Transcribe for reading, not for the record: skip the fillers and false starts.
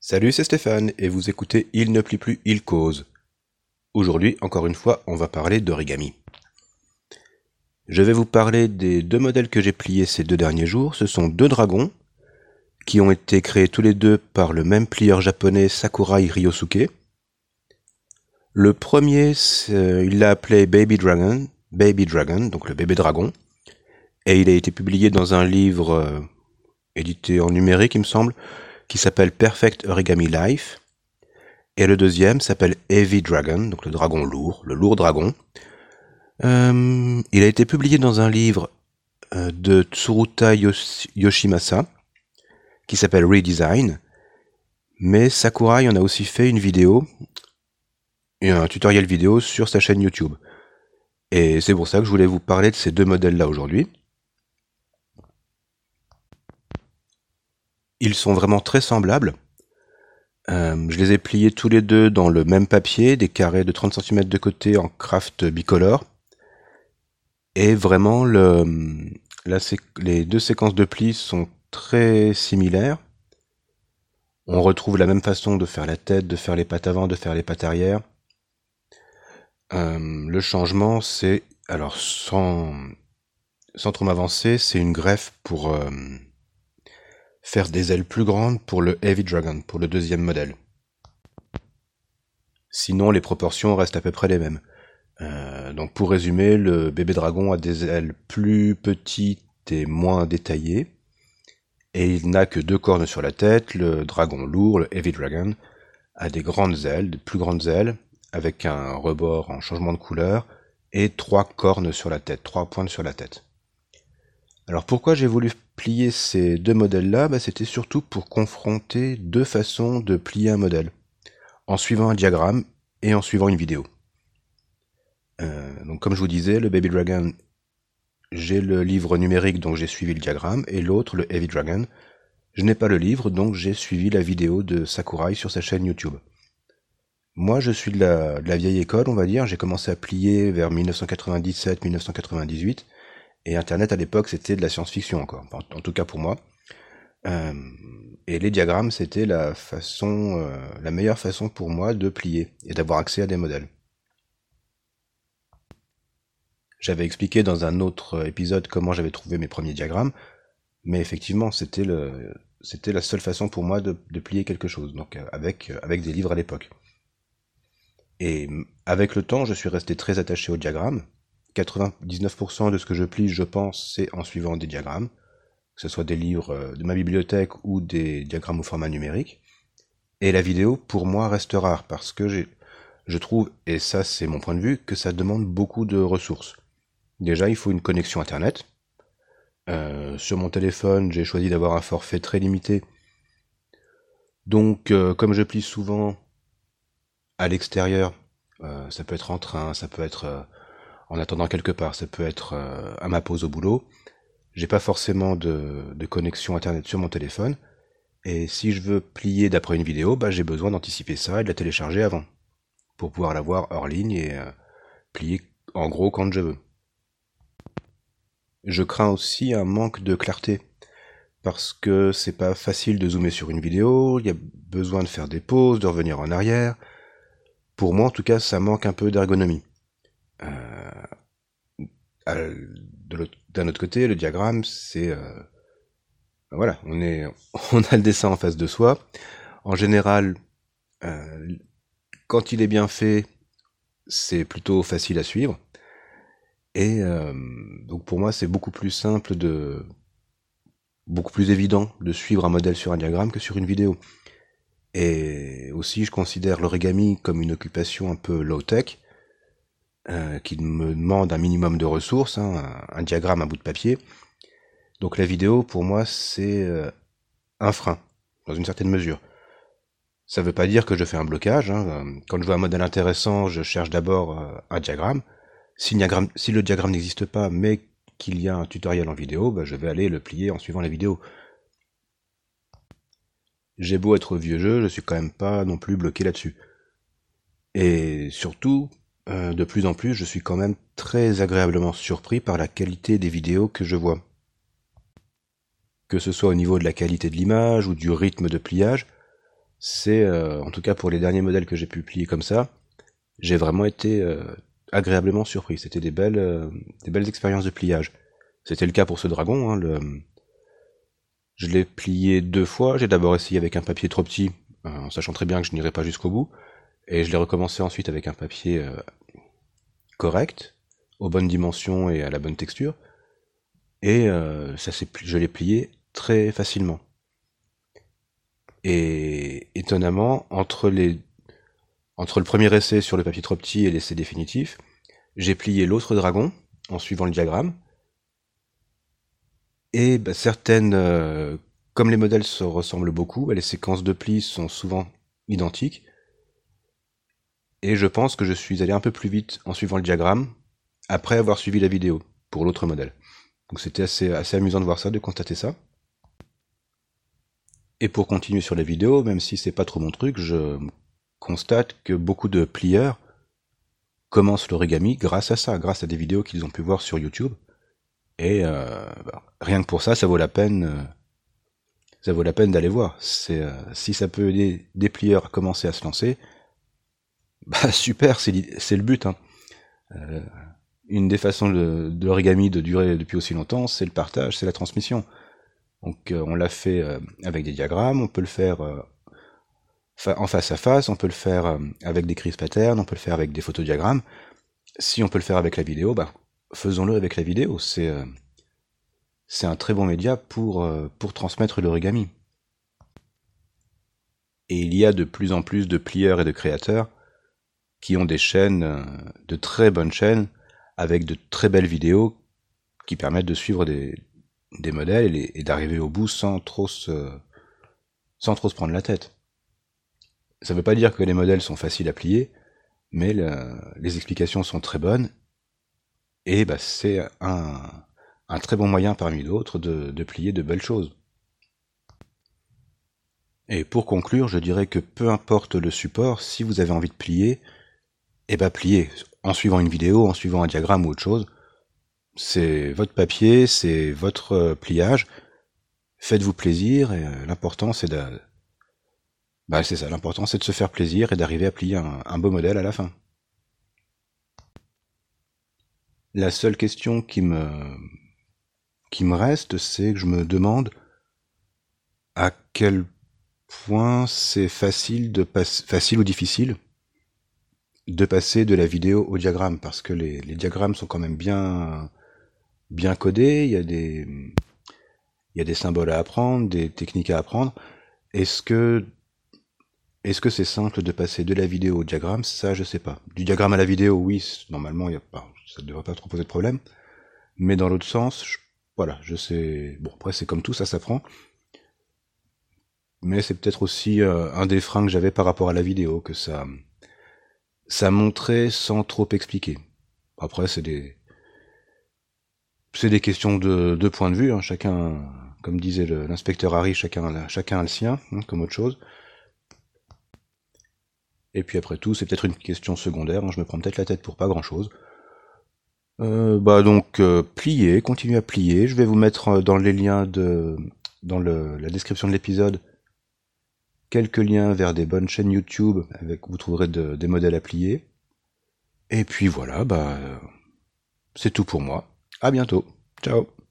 Salut, c'est Stéphane et vous écoutez Il ne plie plus, il cause. Aujourd'hui, encore une fois, on va parler d'origami. Je vais vous parler des deux modèles que j'ai pliés ces 2 derniers jours. Ce sont deux dragons qui ont été créés tous les deux par le même plieur japonais Sakurai Ryosuke. Le premier, il l'a appelé Baby Dragon, donc le bébé dragon, et il a été publié dans un livre édité en numérique, il me semble, qui s'appelle Perfect Origami Life. Et le deuxième s'appelle Heavy Dragon, donc le dragon lourd, le lourd dragon. Il a été publié dans un livre de Tsuruta Yoshimasa, qui s'appelle Redesign. Mais Sakurai en a aussi fait une vidéo, un tutoriel vidéo sur sa chaîne YouTube. Et c'est pour ça que je voulais vous parler de ces deux modèles-là aujourd'hui. Ils sont vraiment très semblables. Je les ai pliés tous les deux dans le même papier, des carrés de 30 cm de côté en craft bicolore. Et vraiment, les deux séquences de plis sont très similaires. On retrouve la même façon de faire la tête, de faire les pattes avant, de faire les pattes arrière. Le changement, c'est, alors sans trop m'avancer, c'est une greffe pour faire des ailes plus grandes pour le Heavy Dragon, pour le deuxième modèle. Sinon, les proportions restent à peu près les mêmes. Donc pour résumer, le bébé dragon a des ailes plus petites et moins détaillées. Et il n'a que 2 cornes sur la tête. Le dragon lourd, le Heavy Dragon, a des grandes ailes, des plus grandes ailes, avec un rebord en changement de couleur, et 3 cornes sur la tête, 3 pointes sur la tête. Alors pourquoi j'ai voulu plier ces deux modèles-là? C'était surtout pour confronter deux façons de plier un modèle, en suivant un diagramme et en suivant une vidéo. Donc comme je vous disais, le Baby Dragon, j'ai le livre numérique, donc j'ai suivi le diagramme, et l'autre, le Heavy Dragon, je n'ai pas le livre, donc j'ai suivi la vidéo de Sakurai sur sa chaîne YouTube. Moi, je suis de la vieille école, on va dire. J'ai commencé à plier vers 1997-1998, et Internet à l'époque, c'était de la science-fiction encore, en tout cas pour moi. Et les diagrammes, c'était la meilleure façon pour moi de plier et d'avoir accès à des modèles. J'avais expliqué dans un autre épisode comment j'avais trouvé mes premiers diagrammes, mais effectivement, c'était la seule façon pour moi de plier quelque chose, donc avec des livres à l'époque. Et avec le temps, je suis resté très attaché au diagramme. 99% de ce que je plie, je pense, c'est en suivant des diagrammes, que ce soit des livres de ma bibliothèque ou des diagrammes au format numérique. Et la vidéo, pour moi, reste rare, parce que je trouve, et ça c'est mon point de vue, que ça demande beaucoup de ressources. Déjà, il faut une connexion Internet. Sur mon téléphone, j'ai choisi d'avoir un forfait très limité. Donc, comme je plie souvent à l'extérieur, ça peut être en train, ça peut être en attendant quelque part, ça peut être à ma pause au boulot. J'ai pas forcément de connexion Internet sur mon téléphone. Et si je veux plier d'après une vidéo, j'ai besoin d'anticiper ça et de la télécharger avant, pour pouvoir la voir hors ligne et plier en gros quand je veux. Je crains aussi un manque de clarté, parce que c'est pas facile de zoomer sur une vidéo, il y a besoin de faire des pauses, de revenir en arrière. Pour moi, en tout cas, ça manque un peu d'ergonomie. D'un autre côté, le diagramme, c'est... voilà, on a le dessin en face de soi. En général, quand il est bien fait, c'est plutôt facile à suivre. Et donc pour moi, c'est beaucoup plus simple beaucoup plus évident de suivre un modèle sur un diagramme que sur une vidéo. Et aussi, je considère l'origami comme une occupation un peu low-tech, qui me demande un minimum de ressources, un diagramme, un bout de papier. Donc la vidéo, pour moi, c'est un frein, dans une certaine mesure. Ça ne veut pas dire que je fais un blocage. Quand je vois un modèle intéressant, je cherche d'abord un diagramme. Si le diagramme n'existe pas, mais qu'il y a un tutoriel en vidéo, je vais aller le plier en suivant la vidéo. J'ai beau être vieux jeu, je suis quand même pas non plus bloqué là-dessus. Et surtout, de plus en plus, je suis quand même très agréablement surpris par la qualité des vidéos que je vois. Que ce soit au niveau de la qualité de l'image ou du rythme de pliage, C'est, en tout cas pour les derniers modèles que j'ai pu plier comme ça, j'ai vraiment été agréablement surpris. C'était des belles expériences de pliage. C'était le cas pour ce dragon, hein, je l'ai plié 2 fois. J'ai d'abord essayé avec un papier trop petit, en sachant très bien que je n'irais pas jusqu'au bout. Et je l'ai recommencé ensuite avec un papier correct, aux bonnes dimensions et à la bonne texture. Et je l'ai plié très facilement. Et étonnamment, entre le premier essai sur le papier trop petit et l'essai définitif, j'ai plié l'autre dragon en suivant le diagramme. Et bah, comme les modèles se ressemblent beaucoup, bah, les séquences de plis sont souvent identiques. Et je pense que je suis allé un peu plus vite en suivant le diagramme, après avoir suivi la vidéo, pour l'autre modèle. Donc c'était assez amusant de voir ça, de constater ça. Et pour continuer sur la vidéo, même si c'est pas trop mon truc, je constate que beaucoup de plieurs commencent l'origami grâce à ça, grâce à des vidéos qu'ils ont pu voir sur YouTube. Et rien que pour ça, ça vaut la peine. Ça vaut la peine d'aller voir. Si ça peut aider des plieurs à commencer à se lancer, bah super, c'est le but. Hein. Une des façons de l'origami de durer depuis aussi longtemps, c'est le partage, c'est la transmission. Donc on l'a fait avec des diagrammes, on peut le faire en face à face, on peut le faire avec des crises patterns, on peut le faire avec des photodiagrammes. Si on peut le faire avec la vidéo, bah faisons-le avec la vidéo. C'est un très bon média pour transmettre l'origami. Et il y a de plus en plus de plieurs et de créateurs qui ont des chaînes, de très bonnes chaînes, avec de très belles vidéos qui permettent de suivre des modèles et d'arriver au bout sans trop se prendre la tête. Ça ne veut pas dire que les modèles sont faciles à plier, mais les explications sont très bonnes, et bah, c'est un très bon moyen parmi d'autres de plier de belles choses. Et pour conclure, je dirais que peu importe le support, si vous avez envie de plier, eh ben pliez, en suivant une vidéo, en suivant un diagramme ou autre chose. C'est votre papier, c'est votre pliage. Faites-vous plaisir, et l'important c'est c'est ça, l'important c'est de se faire plaisir et d'arriver à plier un beau modèle à la fin. La seule question qui me reste, c'est que je me demande à quel point c'est facile ou difficile de passer de la vidéo au diagramme, parce que les diagrammes sont quand même bien codés, il y a des symboles à apprendre, des techniques à apprendre. Est-ce que c'est simple de passer de la vidéo au diagramme? Ça, je sais pas. Du diagramme à la vidéo, oui, normalement, ça ne devrait pas trop poser de problème. Mais dans l'autre sens, voilà, je sais. Bon, après, c'est comme tout, ça s'apprend. Mais c'est peut-être aussi un des freins que j'avais par rapport à la vidéo, que ça montrait sans trop expliquer. Après, c'est des questions de point de vue. Hein. Chacun, comme disait l'inspecteur Harry, chacun a le sien, hein, comme autre chose. Et puis après tout, c'est peut-être une question secondaire. Hein, je me prends peut-être la tête pour pas grand-chose. Donc plier, continuez à plier. Je vais vous mettre dans les liens dans la description de l'épisode quelques liens vers des bonnes chaînes YouTube où vous trouverez des modèles à plier. Et puis voilà, c'est tout pour moi. À bientôt. Ciao.